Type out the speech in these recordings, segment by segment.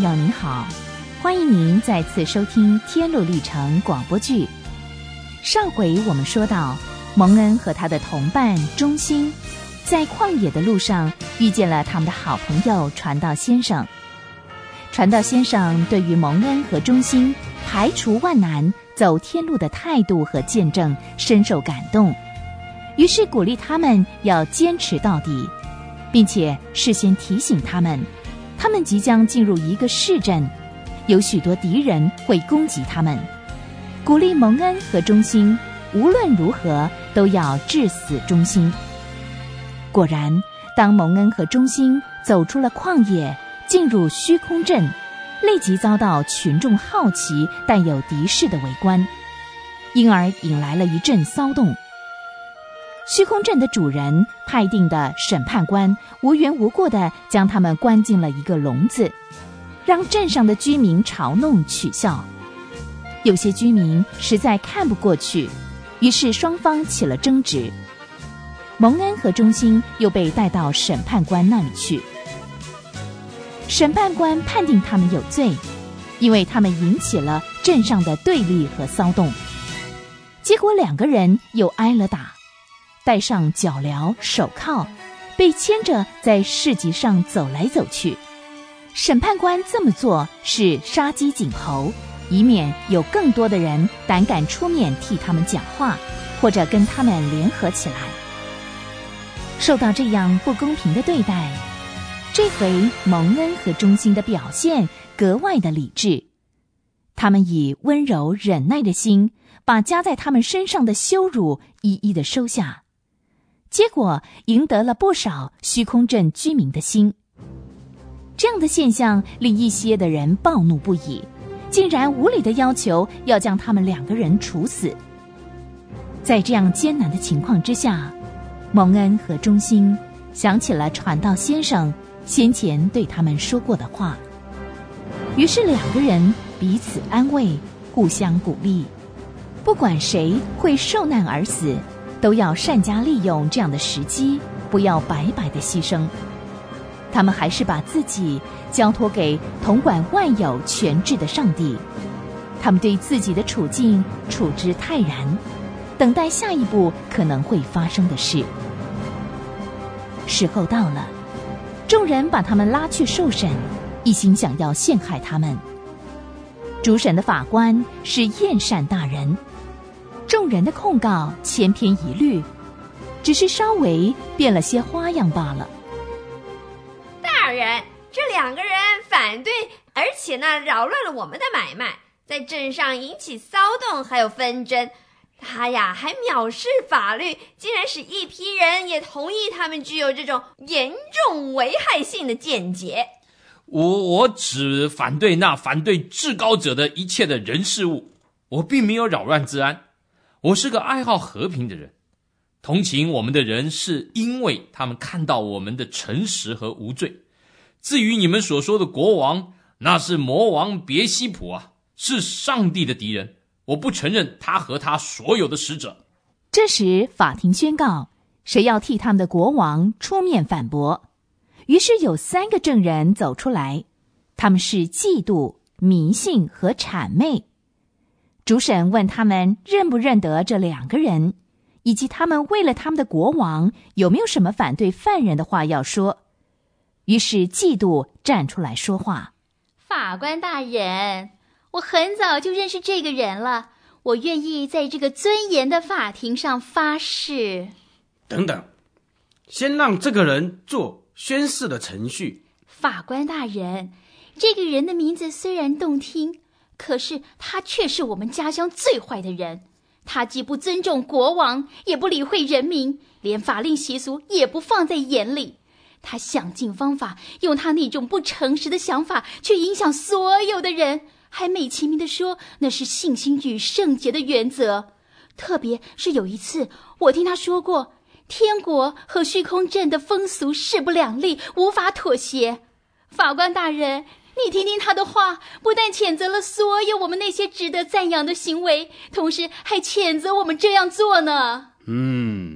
众您好，欢迎您再次收听天路历程广播剧。上回我们说到，蒙恩和他的同伴忠心在旷野的路上遇见了他们的好朋友传道先生。传道先生对于蒙恩和忠心排除万难走天路的态度和见证深受感动，于是鼓励他们要坚持到底，并且事先提醒他们即将进入一个市镇，有许多敌人会攻击他们，鼓励蒙恩和忠心无论如何都要至死忠心。果然，当蒙恩和忠心走出了旷野，进入虚空镇，立即遭到群众好奇但有敌视的围观，因而引来了一阵骚动。虚空镇的主人派定的审判官无缘无故地将他们关进了一个笼子，让镇上的居民嘲弄取笑。有些居民实在看不过去，于是双方起了争执。蒙恩和忠心又被带到审判官那里去。审判官判定他们有罪，因为他们引起了镇上的对立和骚动。结果两个人又挨了打，戴上脚镣手铐，被牵着在市集上走来走去。审判官这么做是杀鸡儆猴，以免有更多的人胆敢出面替他们讲话，或者跟他们联合起来。受到这样不公平的对待，这回蒙恩和忠心的表现格外的理智，他们以温柔忍耐的心，把加在他们身上的羞辱一一的收下，结果赢得了不少虚空镇居民的心。这样的现象令一些的人暴怒不已，竟然无理的要求要将他们两个人处死。在这样艰难的情况之下，蒙恩和忠心想起了传道先生先前对他们说过的话，于是两个人彼此安慰，互相鼓励，不管谁会受难而死，都要善加利用这样的时机，不要白白的牺牲。他们还是把自己交托给统管万有全智的上帝，他们对自己的处境处之泰然，等待下一步可能会发生的事。时候到了，众人把他们拉去受审，一心想要陷害他们。主审的法官是验善大人，众人的控告千篇一律，只是稍微变了些花样罢了。 大人，这两个人反对，而且扰乱了我们的买卖，在镇上引起骚动还有纷争。他呀还藐视法律，竟然使一批人也同意他们具有这种严重危害性的见解。 我只反对那反对至高者的一切的人事物，我并没有扰乱治安。我是个爱好和平的人，同情我们的人是因为他们看到我们的诚实和无罪。至于你们所说的国王，那是魔王别西卜啊，是上帝的敌人，我不承认他和他所有的使者。 这时法庭宣告，谁要替他们的国王出面反驳。于是有3个证人走出来，他们是嫉妒、迷信和谄媚。主审问他们认不认得这2个人，以及他们为了他们的国王有没有什么反对犯人的话要说。于是嫉妒站出来说话： 法官大人，我很早就认识这个人了，我愿意在这个尊严的法庭上发誓。 等等，先让这个人做宣誓的程序。 法官大人，这个人的名字虽然动听，可是他却是我们家乡最坏的人。他既不尊重国王，也不理会人民，连法令习俗也不放在眼里。他想尽方法，用他那种不诚实的想法去影响所有的人，还美其名地说那是信心与圣洁的原则。特别是有一次，我听他说过，天国和虚空镇的风俗势不两立，无法妥协。法官大人，你听听他的话，不但谴责了所有我们那些值得赞扬的行为，同时还谴责我们这样做呢。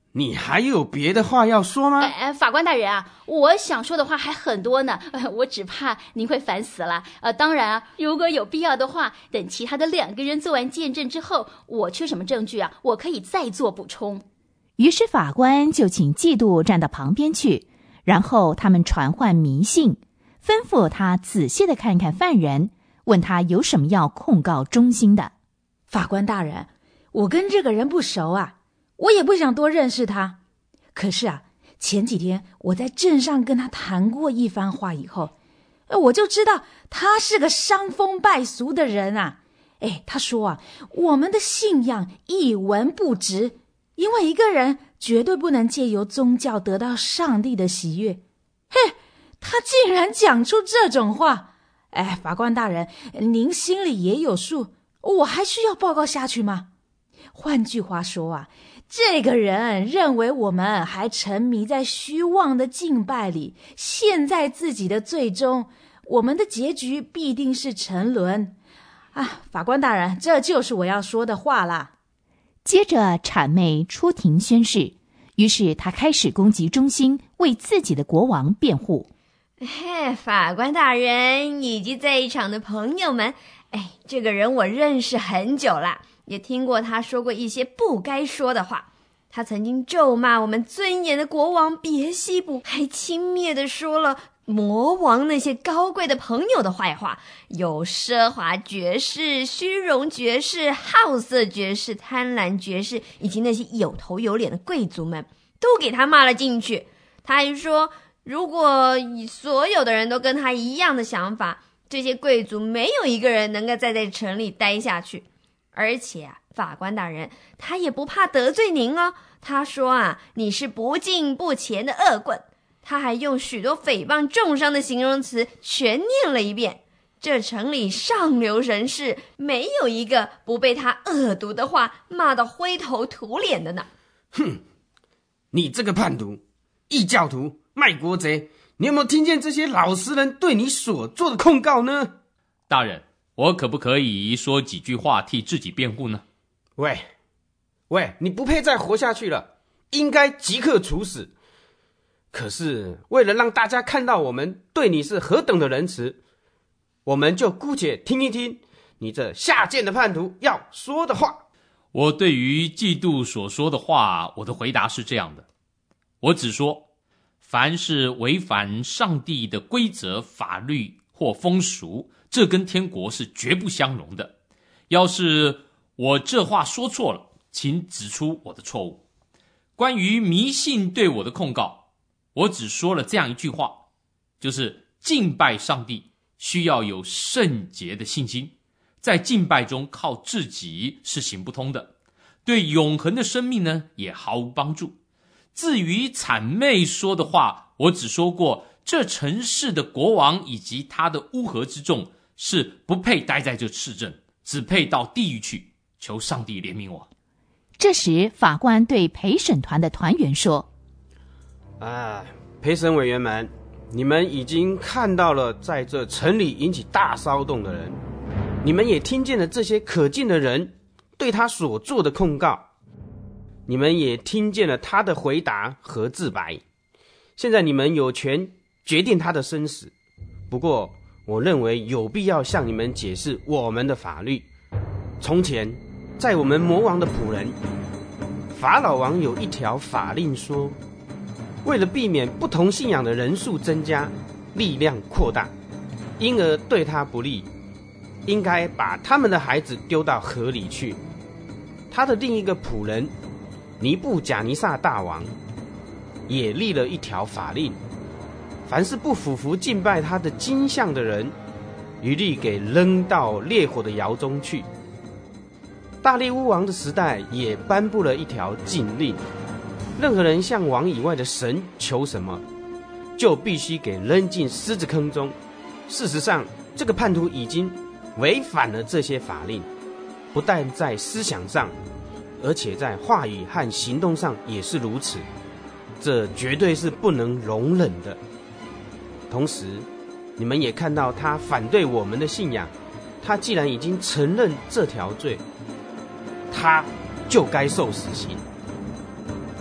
你还有别的话要说吗？ 法官大人啊，我想说的话还很多呢，我只怕您会烦死了。当然啊，如果有必要的话，等其他的2个人做完见证之后，我缺什么证据啊，我可以再做补充。 于是法官就请嫉妒站到旁边去，然后他们传唤迷信，吩咐他仔细的看看犯人，问他有什么要控告忠心的。 法官大人，我跟这个人不熟啊，我也不想多认识他。可是啊，前几天我在镇上跟他谈过一番话以后，我就知道他是个伤风败俗的人啊。他说啊，我们的信仰一文不值，因为一个人绝对不能借由宗教得到上帝的喜悦。他竟然讲出这种话！法官大人，您心里也有数，我还需要报告下去吗？换句话说啊，这个人认为我们还沉迷在虚妄的敬拜里，陷在自己的罪中，我们的结局必定是沉沦。法官大人，这就是我要说的话啦。 接着谄媚出庭宣誓，于是他开始攻击忠心，为自己的国王辩护。 法官大人以及在场的朋友们，这个人我认识很久了，也听过他说过一些不该说的话。他曾经咒骂我们尊严的国王别西卜，还轻蔑地说了魔王那些高贵的朋友的坏话，有奢华爵士、虚荣爵士、好色爵士、贪婪爵士，以及那些有头有脸的贵族们，都给他骂了进去。他还说，如果所有的人都跟他一样的想法，这些贵族没有一个人能够再在城里待下去。而且法官大人，他也不怕得罪您哦。他说你是不敬不虔的恶棍。他还用许多诽谤重伤的形容词全念了一遍。这城里上流人士没有一个不被他恶毒的话骂到灰头土脸的呢。 你这个叛徒、异教徒、卖国贼，你有没有听见这些老实人对你所做的控告呢？ 大人，我可不可以说几句话替自己辩护呢？ 喂，你不配再活下去了，应该即刻处死。可是为了让大家看到我们对你是何等的仁慈，我们就姑且听一听你这下贱的叛徒要说的话。 我对于嫉妒所说的话，我的回答是这样的：我只说，凡是违反上帝的规则、法律或风俗，这跟天国是绝不相容的。要是我这话说错了，请指出我的错误。关于迷信对我的控告，我只说了这样一句话，就是敬拜上帝需要有圣洁的信心，在敬拜中靠自己是行不通的，对永恒的生命呢也毫无帮助。至于谄媚说的话，我只说过这城市的国王以及他的乌合之众是不配待在这市镇，只配到地狱去，求上帝怜悯我。 这时法官对陪审团的团员说， 陪审委员们，你们已经看到了在这城里引起大骚动的人，你们也听见了这些可敬的人对他所做的控告，你们也听见了他的回答和自白。现在你们有权决定他的生死，不过我认为有必要向你们解释我们的法律。从前在我们魔王的仆人法老王有一条法令说，为了避免不同信仰的人数增加，力量扩大，因而对他不利，应该把他们的孩子丢到河里去。他的另一个仆人尼布甲尼撒大王也立了一条法令，凡是不俯伏敬拜他的金像的人，一律给扔到烈火的窑中去。大利乌王的时代也颁布了一条禁令，任何人向王以外的神求什么，就必须给扔进狮子坑中。事实上，这个叛徒已经违反了这些法令，不但在思想上，而且在话语和行动上也是如此，这绝对是不能容忍的。同时，你们也看到他反对我们的信仰，他既然已经承认这条罪，他就该受死刑。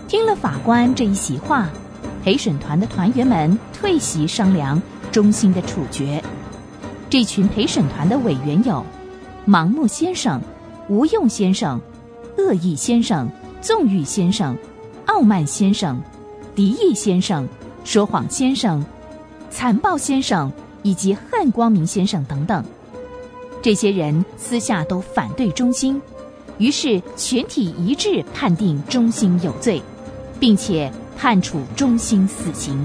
听了法官这一席话，陪审团的团员们退席商量忠心的处决。这群陪审团的委员有盲目先生、无用先生、恶意先生、纵欲先生、傲慢先生、敌意先生、说谎先生、残暴先生以及恨光明先生等等。这些人私下都反对忠心，于是全体一致判定忠心有罪，并且判处忠心死刑。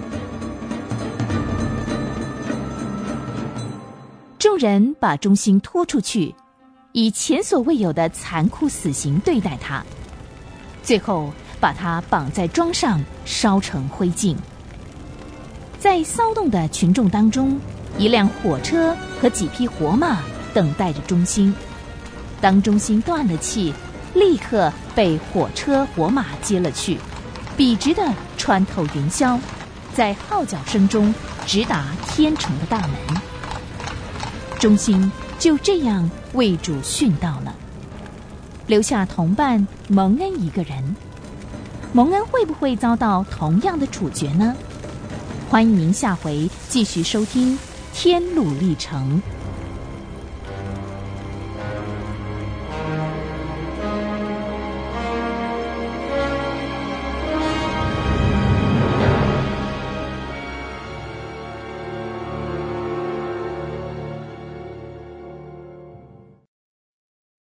众人把忠心拖出去，以前所未有的残酷死刑对待他，最后把他绑在桩上烧成灰烬。在骚动的群众当中，一辆火车和几匹活马等待着忠心。当忠心断了气，立刻被火车火马接了去，笔直地穿透云霄，在号角声中直达天城的大门。忠心就这样为主殉道了，留下同伴蒙恩一个人。蒙恩会不会遭到同样的处决呢？欢迎您下回继续收听《天路历程》。